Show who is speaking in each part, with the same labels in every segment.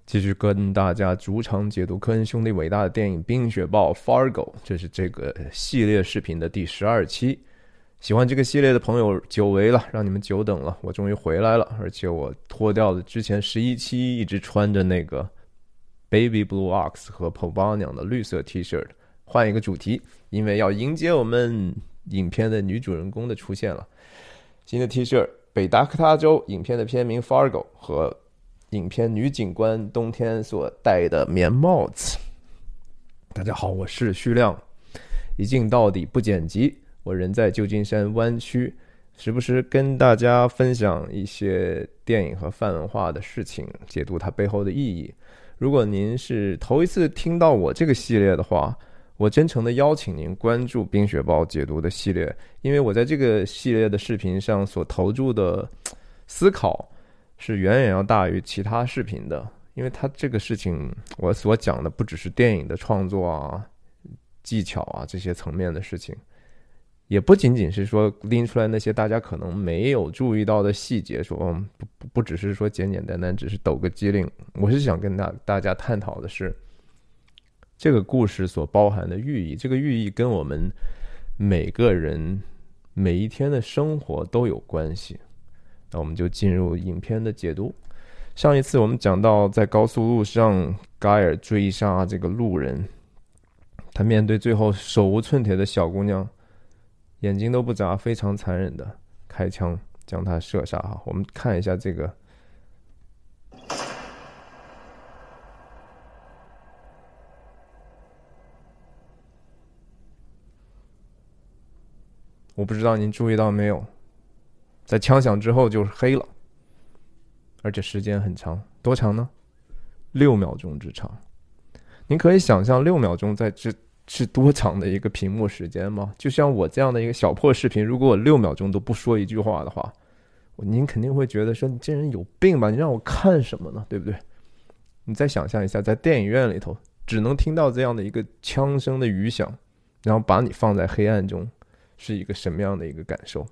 Speaker 1: 继续跟大家主场解读科恩兄弟伟大的电影《冰雪暴》Fargo， 这是这个系列视频的第12期。喜欢这个系列的朋友久违了，让你们久等了，我终于回来了，而且我脱掉了之前11期一直穿着那个 Baby Blue Ox 和 Pobanian 的绿色 T 恤，换一个主题，因为要迎接我们影片的女主人公的出现了。新的 T 恤，北达科他州影片的片名 Fargo 和影片女警官冬天所戴的棉帽子。大家好，我是徐亮，一镜到底不剪辑，我人在旧金山湾区，时不时跟大家分享一些电影和泛文化的事情，解读它背后的意义。如果您是头一次听到我这个系列的话，我真诚的邀请您关注冰雪暴解读的系列，因为我在这个系列的视频上所投注的思考是远远要大于其他视频的。因为它这个事情我所讲的不只是电影的创作啊、技巧啊这些层面的事情，也不仅仅是说拎出来那些大家可能没有注意到的细节，说不只是说简简单单只是抖个机灵。我是想跟大家探讨的是这个故事所包含的寓意，这个寓意跟我们每个人每一天的生活都有关系。那我们就进入影片的解读。上一次我们讲到在高速路上盖尔追杀这个路人，他面对最后手无寸铁的小姑娘，眼睛都不眨，非常残忍的开枪将她射杀。我们看一下这个我不知道您注意到没有，在枪响之后就是黑了，而且时间很长，多长呢？6秒钟之长。您可以想象6秒钟在这是多长的一个屏幕时间吗？就像我这样的一个小破视频，如果我6秒钟都不说一句话的话，您肯定会觉得说你这人有病吧，你让我看什么呢？对不对？你再想象一下，在电影院里头只能听到这样的一个枪声的余响，然后把你放在黑暗中，是一个什么样的一个感受？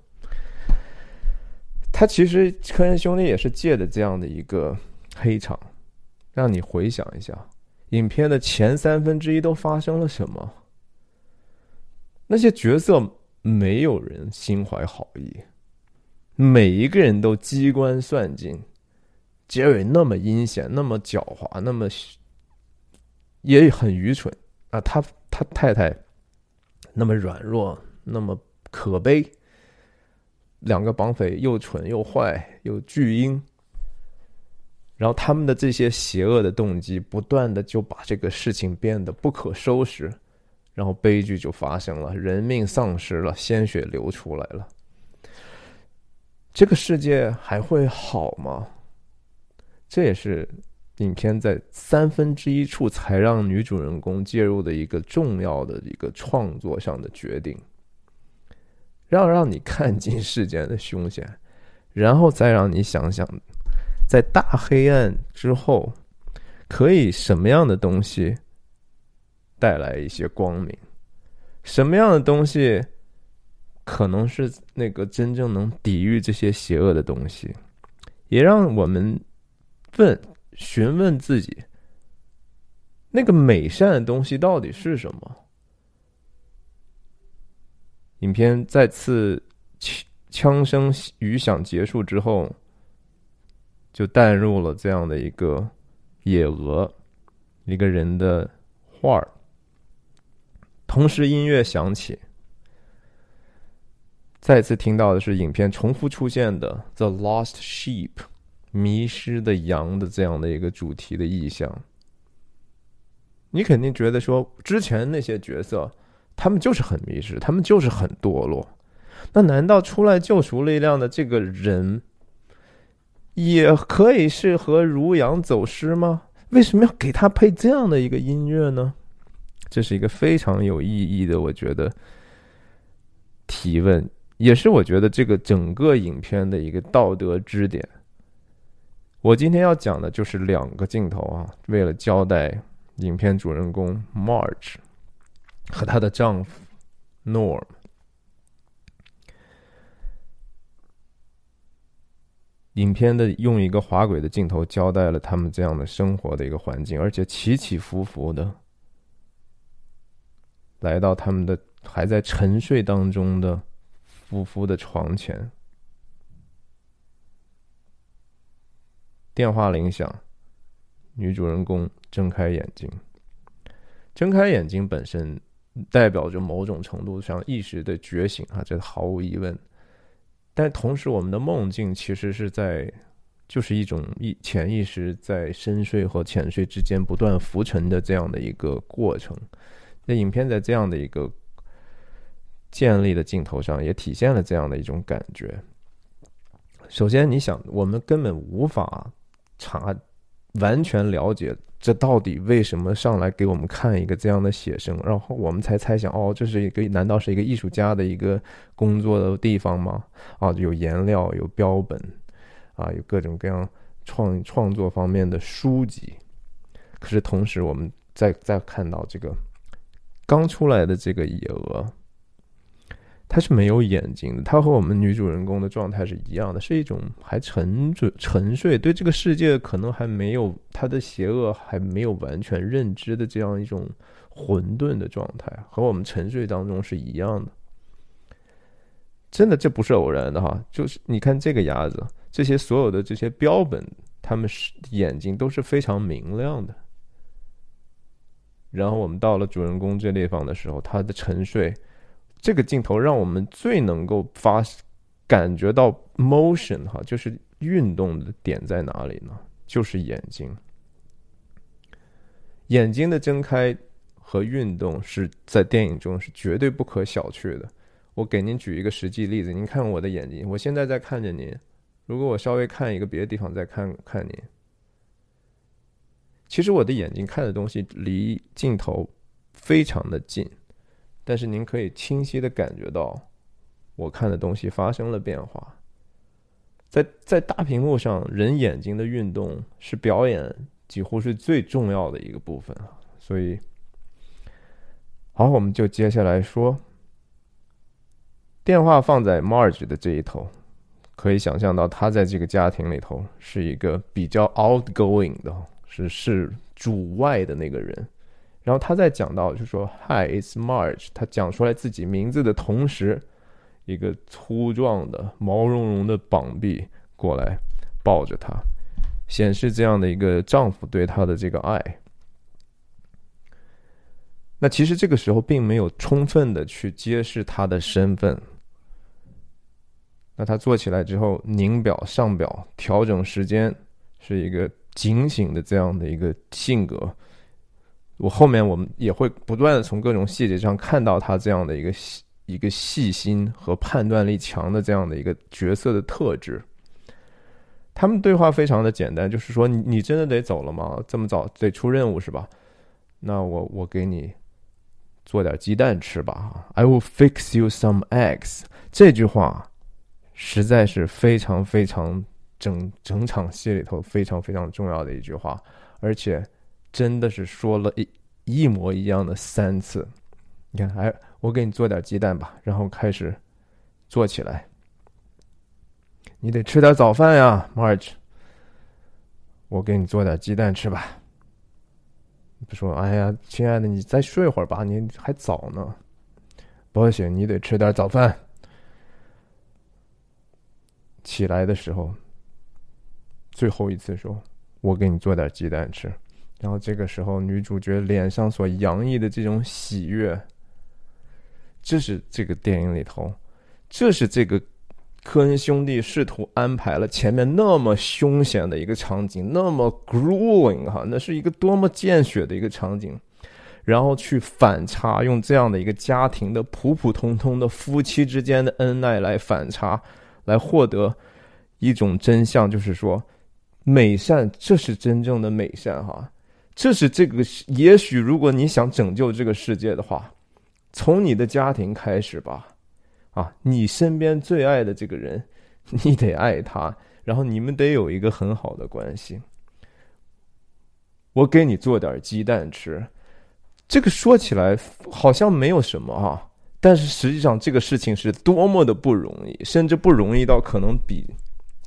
Speaker 1: 他其实科恩兄弟也是借的这样的一个黑场，让你回想一下影片的前1/3都发生了什么。那些角色没有人心怀好意，每一个人都机关算尽。杰瑞那么阴险，那么狡猾，那么也很愚蠢啊！他太太那么软弱，那么可悲。2个绑匪又蠢又坏又巨婴，然后他们的这些邪恶的动机不断的就把这个事情变得不可收拾，然后悲剧就发生了，人命丧失了，鲜血流出来了。这个世界还会好吗？这也是影片在1/3处才让女主人公介入的一个重要的一个创作上的决定，让你看尽世间的凶险，然后再让你想想在大黑暗之后可以什么样的东西带来一些光明，什么样的东西可能是那个真正能抵御这些邪恶的东西，也让我们询问自己，那个美善的东西到底是什么？影片再次枪声余响结束之后，就带入了这样的一个野鹅，一个人的画儿。同时音乐响起，再次听到的是影片重复出现的 The Lost Sheep 迷失的羊的这样的一个主题的意象。你肯定觉得说之前那些角色他们就是很迷失，他们就是很堕落，那难道出来救赎力量的这个人也可以是和如羊走失吗？为什么要给他配这样的一个音乐呢？这是一个非常有意义的，我觉得提问，也是我觉得这个整个影片的一个道德支点。我今天要讲的就是2个镜头啊，为了交代影片主人公 Marge 和她的丈夫 Norm。 影片的用一个滑轨的镜头交代了他们这样的生活的一个环境，而且起起伏伏的来到他们的还在沉睡当中的夫妇的床前。电话铃响，女主人公睁开眼睛。睁开眼睛本身代表着某种程度上意识的觉醒啊，这毫无疑问。但同时我们的梦境其实是就是一种潜意识在深睡和浅睡之间不断浮沉的这样的一个过程。那影片在这样的一个建立的镜头上也体现了这样的一种感觉。首先你想，我们根本无法完全了解这到底为什么上来给我们看一个这样的写生，然后我们才猜想，这是难道是一个艺术家的一个工作的地方吗？有颜料，有标本有各种各样创作方面的书籍。可是同时我们再看到这个刚出来的这个野鹅，它是没有眼睛的，它和我们女主人公的状态是一样的，是一种还沉睡，对这个世界可能还没有，它的邪恶还没有完全认知的这样一种混沌的状态，和我们沉睡当中是一样的。真的，这不是偶然的哈，就是你看这个鸭子，这些所有的这些标本，它们眼睛都是非常明亮的。然后我们到了主人公这地方的时候，他的沉睡，这个镜头让我们最能够感觉到 motion 哈，就是运动的点在哪里呢？就是眼睛。眼睛的睁开和运动是在电影中是绝对不可小觑的。我给您举一个实际例子，您看我的眼睛，我现在在看着您，如果我稍微看一个别的地方再看您，其实我的眼睛看的东西离镜头非常的近，但是您可以清晰的感觉到我看的东西发生了变化。在大屏幕上，人眼睛的运动是表演几乎是最重要的一个部分。所以好，我们就接下来说，电话放在 Marge 的这一头，可以想象到他在这个家庭里头是一个比较 outgoing 的，是主外的那个人。然后他在讲到就说 Hi, it's Marge， 他讲出来自己名字的同时，一个粗壮的毛茸茸的膀臂过来抱着他，显示这样的一个丈夫对他的这个爱。那其实这个时候并没有充分的去揭示他的身份。那他坐起来之后，拧表上表调整时间，是一个警醒的这样的一个性格。后面我们也会不断的从各种细节上看到他这样的一个细心和判断力强的这样的一个角色的特质。他们对话非常的简单，就是说你真的得走了吗？这么早得出任务是吧？那我给你做点鸡蛋吃吧。I will fix you some eggs。这句话实在是非常非常整场戏里头非常非常重要的一句话，而且真的是说了一模一样的3次。你看，我给你做点鸡蛋吧，然后开始做起来。你得吃点早饭呀 ，Marge。我给你做点鸡蛋吃吧。不说，哎呀，亲爱的，你再睡会儿吧，你还早呢。不行，你得吃点早饭。起来的时候，最后一次说，我给你做点鸡蛋吃。然后这个时候，女主角脸上所洋溢的这种喜悦，这是这个电影里头，这是这个科恩兄弟试图安排了前面那么凶险的一个场景，那么 grueling 哈，那是一个多么见血的一个场景，然后去反差，用这样的一个家庭的普普通通的夫妻之间的恩爱来反差，来获得一种真相，就是说美善，这是真正的美善哈。这是这个，也许如果你想拯救这个世界的话，从你的家庭开始吧。你身边最爱的这个人，你得爱他，然后你们得有一个很好的关系。我给你做点鸡蛋吃，这个说起来好像没有什么但是实际上这个事情是多么的不容易，甚至不容易到可能比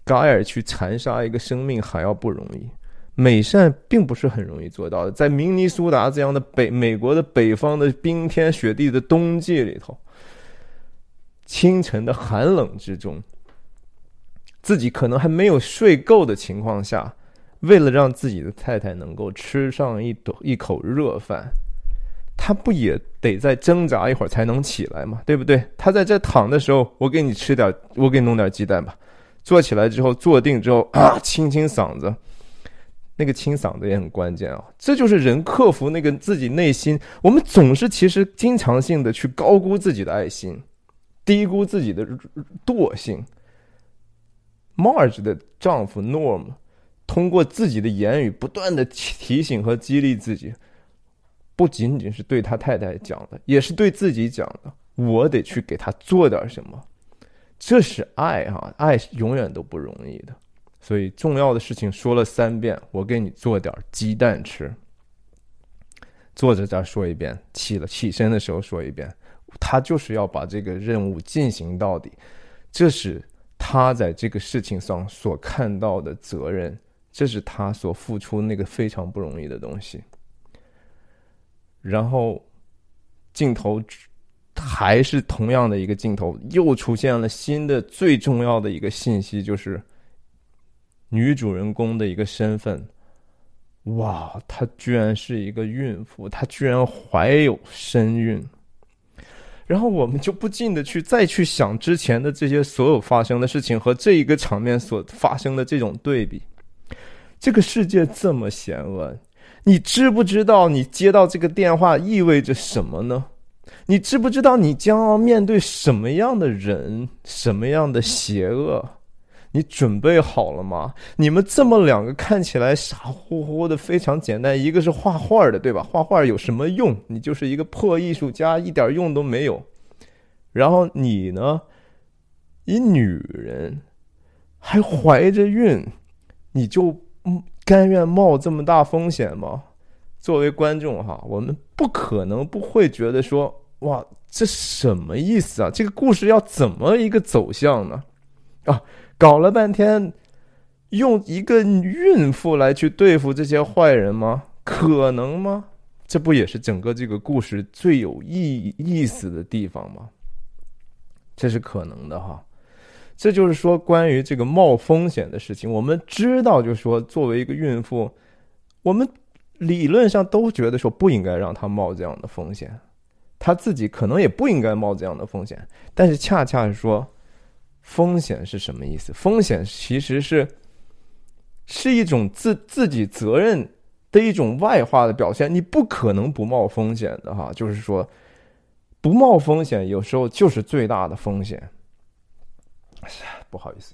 Speaker 1: 盖尔去残杀一个生命还要不容易。美善并不是很容易做到的，在明尼苏达这样的美国的北方的冰天雪地的冬季里头，清晨的寒冷之中，自己可能还没有睡够的情况下，为了让自己的太太能够吃上一口热饭，他不也得再挣扎一会儿才能起来吗？对不对？他在这躺的时候，我给你弄点鸡蛋吧。坐起来之后，坐定之后啊，清嗓子，那个清嗓子也很关键啊。这就是人克服那个自己内心，我们总是其实经常性的去高估自己的爱心，低估自己的惰性。Marge 的丈夫 Norm 通过自己的言语不断的提醒和激励自己，不仅仅是对他太太讲的，也是对自己讲的，我得去给他做点什么。这是爱啊，爱永远都不容易的。所以重要的事情说了3遍，我给你做点鸡蛋吃。坐着这儿说一遍，起身的时候说一遍，他就是要把这个任务进行到底。这是他在这个事情上所看到的责任，这是他所付出那个非常不容易的东西。然后镜头还是同样的一个镜头，又出现了新的最重要的一个信息，就是女主人公的一个身份。哇，她居然是一个孕妇，她居然怀有身孕。然后我们就不禁的再去想之前的这些所有发生的事情和这一个场面所发生的这种对比。这个世界这么险恶，你知不知道你接到这个电话意味着什么呢？你知不知道你将要面对什么样的人，什么样的邪恶？你准备好了吗？你们这么2个看起来傻乎乎的非常简单，一个是画画的，对吧？画画有什么用？你就是一个破艺术家，一点用都没有。然后你呢，一女人还怀着孕，你就甘愿冒这么大风险吗？作为观众哈，我们不可能不会觉得说，哇，这什么意思啊？这个故事要怎么一个走向呢？啊，搞了半天用一个孕妇来去对付这些坏人吗？可能吗？这不也是整个这个故事最有意思的地方吗？这是可能的哈。这就是说关于这个冒风险的事情，我们知道就是说作为一个孕妇，我们理论上都觉得说不应该让她冒这样的风险，她自己可能也不应该冒这样的风险。但是恰恰是说风险是什么意思？风险其实是一种自己责任的一种外化的表现，你不可能不冒风险的哈。就是说不冒风险有时候就是最大的风险。不好意思，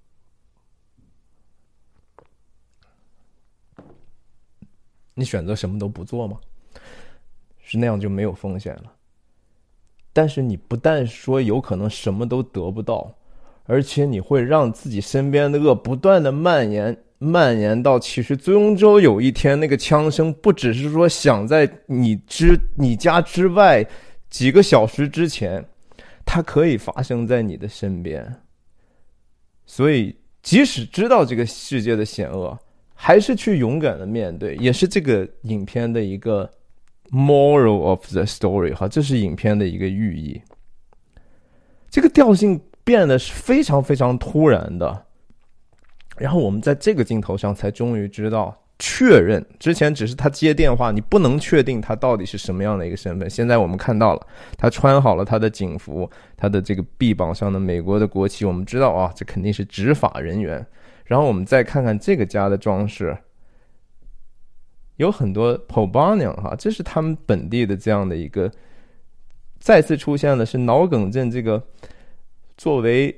Speaker 1: 你选择什么都不做吗？是那样就没有风险了。但是你不但说有可能什么都得不到，而且你会让自己身边的恶不断的蔓延到其实终究有一天那个枪声不只是说响在你家之外几个小时之前，它可以发生在你的身边。所以即使知道这个世界的险恶，还是去勇敢的面对，也是这个影片的一个 moral of the story 哈，这是影片的一个寓意。这个调性变得是非常非常突然的，然后我们在这个镜头上才终于知道确认，之前只是他接电话，你不能确定他到底是什么样的一个身份。现在我们看到了，他穿好了他的警服，他的这个臂膀上的美国的国旗，我们知道啊，这肯定是执法人员。然后我们再看看这个家的装饰，有很多 Pobanian 哈，这是他们本地的这样的一个，再次出现的是脑梗镇这个作为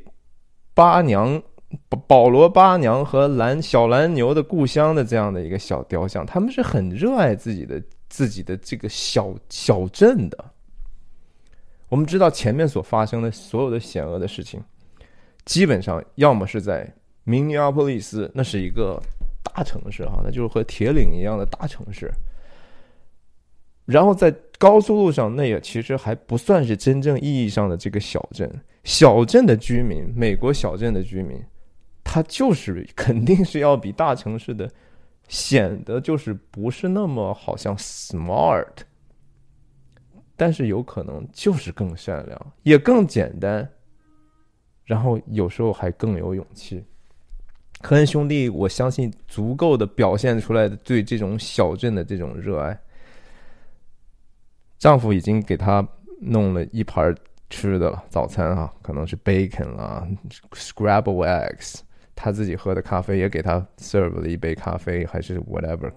Speaker 1: 保罗巴娘和小蓝牛的故乡的这样的一个小雕像，他们是很热爱自己的这个小镇的。我们知道前面所发生的所有的险恶的事情，基本上要么是在明尼阿波利斯，那是一个大城市哈，那就是和铁岭一样的大城市。然后在高速路上，那也其实还不算是真正意义上的这个小镇的居民，美国小镇的居民， 它就是肯定是要比大城市的显得就是不是那么好像 smart， 但是有可能就是更善良，也更简单，然后有时候还更有勇气。科恩兄弟我相信足够的表现出来的对这种小镇的这种热爱。丈夫已经给她弄了一盘吃的了，早餐啊，可能是 bacon 啦 scrambled eggs， 她自己喝的咖啡也给她 serve 了一杯咖啡，还是 whatever。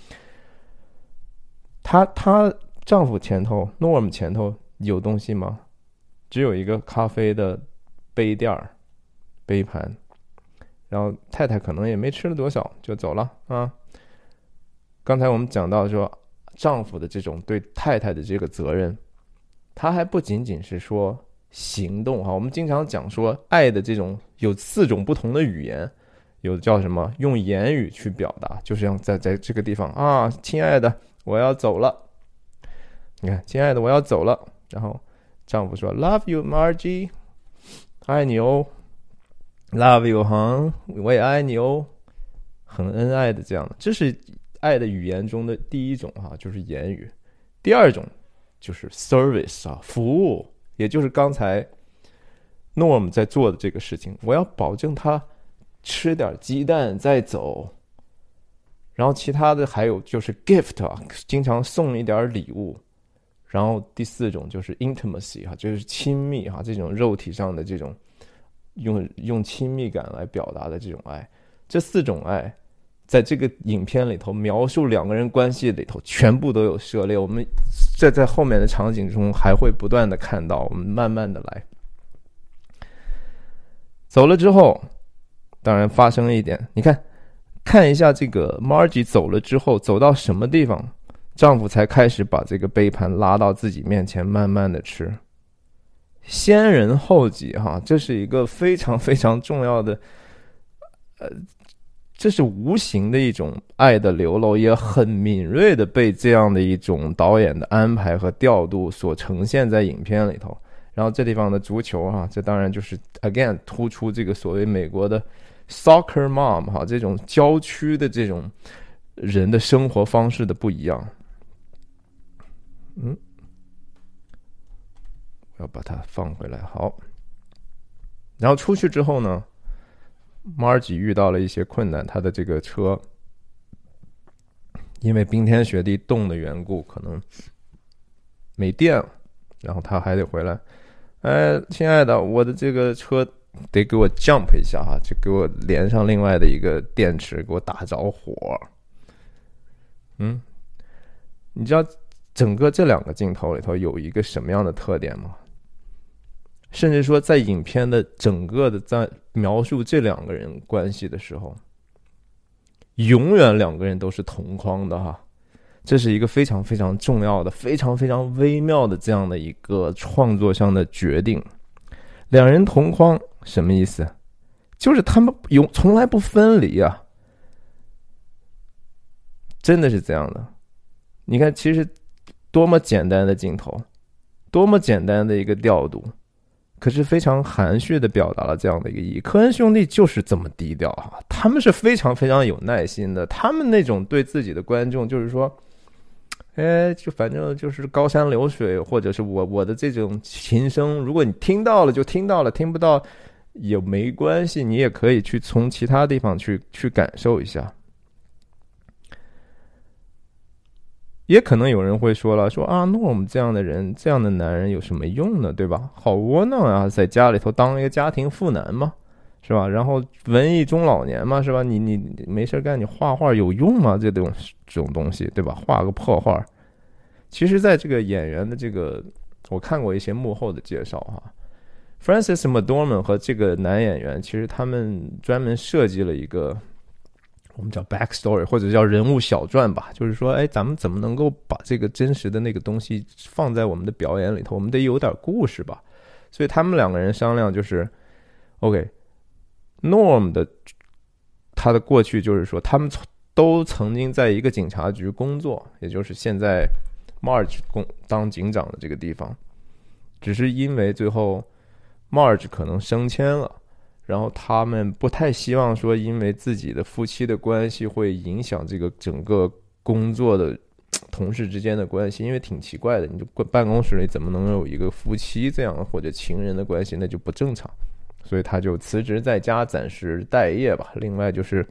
Speaker 1: 她丈夫前头 Norm 前头有东西吗？只有一个咖啡的杯垫杯盘，然后太太可能也没吃了多少就走了啊。刚才我们讲到说丈夫的这种对太太的这个责任，他还不仅仅是说行动哈。我们经常讲说爱的这种有4种不同的语言，有的叫什么用言语去表达，就是像在这个地方啊，亲爱的我要走了，你看亲爱的我要走了，然后丈夫说 Love you Margie， 爱你哦， Love you hon， 我也爱你哦，很恩爱的这样的。这是爱的语言中的第一种哈，就是言语。第二种就是 service 啊，服务，也就是刚才 Norm 在做的这个事情，我要保证他吃点鸡蛋再走。然后其他的还有就是 gift 啊，经常送一点礼物。然后第4种就是 intimacy 哈，就是亲密哈，这种肉体上的这种用亲密感来表达的这种爱。这4种爱在这个影片里头描述2个人关系里头全部都有涉猎，我们这在后面的场景中还会不断的看到，我们慢慢的来。走了之后当然发生了一点，你看一下这个 Margie 走了之后走到什么地方，丈夫才开始把这个杯盘拉到自己面前慢慢的吃。先人后己哈，这是一个非常非常重要的这是无形的一种爱的流露，也很敏锐的被这样的一种导演的安排和调度所呈现在影片里头。然后这地方的足球哈，这当然就是 again 突出这个所谓美国的 soccer mom 哈，这种郊区的这种人的生活方式的不一样。我要把它放回来，好。然后出去之后呢，Margie 遇到了一些困难，他的这个车因为冰天雪地冻的缘故可能没电了，然后他还得回来。亲爱的，我的这个车得给我 jump 一下哈，就给我连上另外的一个电池，给我打着火。你知道整个这2个镜头里头有一个什么样的特点吗？甚至说在影片的整个的在描述这2个人关系的时候，永远2个人都是同框的哈。这是一个非常非常重要的非常非常微妙的这样的一个创作上的决定。2人同框什么意思？就是他们从来不分离啊，真的是这样的。你看其实多么简单的镜头，多么简单的一个调度，可是非常含蓄的表达了这样的一个意义。科恩兄弟就是这么低调啊，他们是非常非常有耐心的，他们那种对自己的观众就是说就反正就是高山流水，或者是我的这种琴声，如果你听到了就听到了，听不到也没关系，你也可以去从其他地方去感受一下。也可能有人会说了，说啊，那我们这样的人，这样的男人有什么用呢？对吧？好窝囊啊，在家里头当一个家庭妇男嘛，是吧？然后文艺中老年嘛，是吧？你没事干，你画画有用吗？这种东西，对吧？画个破画。其实在这个演员的这个，我看过一些幕后的介绍哈 ，Frances McDormand 和这个男演员，其实他们专门设计了一个我们叫 backstory 或者叫人物小传吧，就是说咱们怎么能够把这个真实的那个东西放在我们的表演里头，我们得有点故事吧。所以他们2个人商量，就是 OK Norm 的他的过去就是说他们都曾经在一个警察局工作，也就是现在 Marge 当警长的这个地方，只是因为最后 Marge 可能升迁了， 然后他们不太希望说因为自己的夫妻的关系会影响这个整个工作的同事之间的关系，因为挺奇怪的，你就办公室里怎么能有一个夫妻这样或者情人的关系，那就不正常。所以他就辞职在家暂时待业吧。另外就是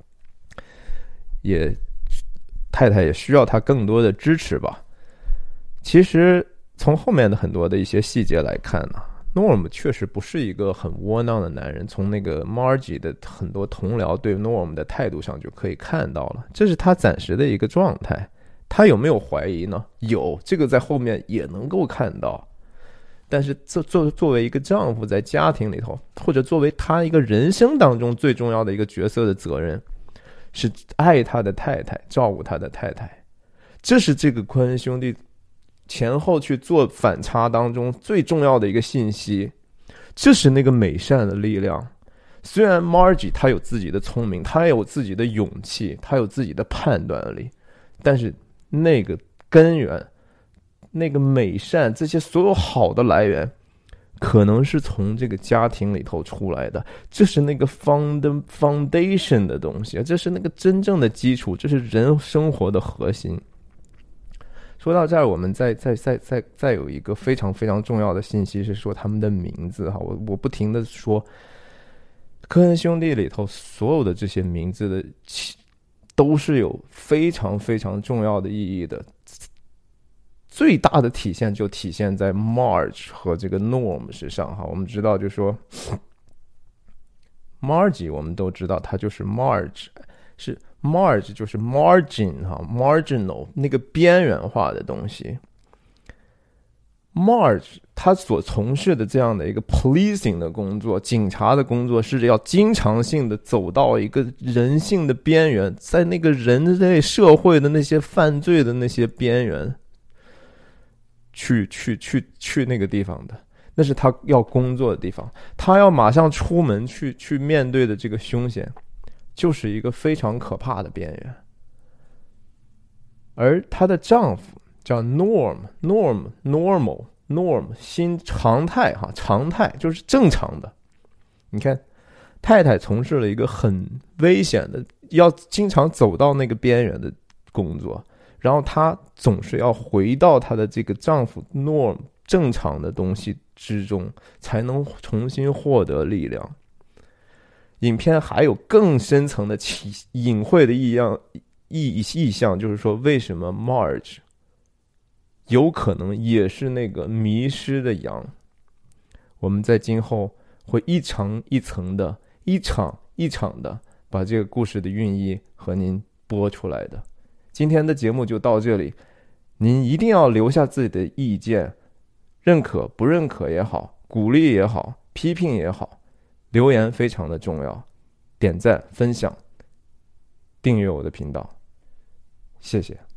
Speaker 1: 太太也需要他更多的支持吧。其实从后面的很多的一些细节来看呢，Norm 确实不是一个很窝囊的男人，从那个 Margie 的很多同僚对 Norm 的态度上就可以看到了，这是他暂时的一个状态。他有没有怀疑呢？有，这个在后面也能够看到。但是作为一个丈夫在家庭里头，或者作为他一个人生当中最重要的一个角色的责任，是爱他的太太，照顾他的太太。这是这个科恩兄弟前后去做反差当中最重要的一个信息，这是那个美善的力量。虽然 Margie 他有自己的聪明，他有自己的勇气，他有自己的判断力，但是那个根源，那个美善，这些所有好的来源可能是从这个家庭里头出来的，这是那个 foundation 的东西，这是那个真正的基础，这是人生活的核心。说到这儿，我们再有一个非常非常重要的信息，是说他们的名字哈。我不停的说，科恩兄弟里头所有的这些名字的都是有非常非常重要的意义的。最大的体现就体现在 Marge 和这个 Norm 身上哈。我们知道，就说 Margie 我们都知道它就是 Marge， 是 Marge 就是 margin 哈 ，marginal 那个边缘化的东西。Marge 他所从事的这样的一个 policing 的工作，警察的工作，是要经常性的走到一个人性的边缘，在那个人类社会的那些犯罪的那些边缘，去那个地方的，那是他要工作的地方。他要马上出门去面对的这个凶险，就是一个非常可怕的边缘。而她的丈夫叫 Normal， 新常态哈，常态就是正常的。你看，太太从事了一个很危险的，要经常走到那个边缘的工作，然后她总是要回到她的这个丈夫 Norm 正常的东西之中，才能重新获得力量。影片还有更深层的隐晦的意象，就是说为什么 Marge 有可能也是那个迷失的羊。我们在今后会一层一层的，一场一场的把这个故事的寓意和您播出来的。今天的节目就到这里，您一定要留下自己的意见，认可不认可也好，鼓励也好，批评也好，留言非常的重要。点赞、分享、订阅我的频道，谢谢。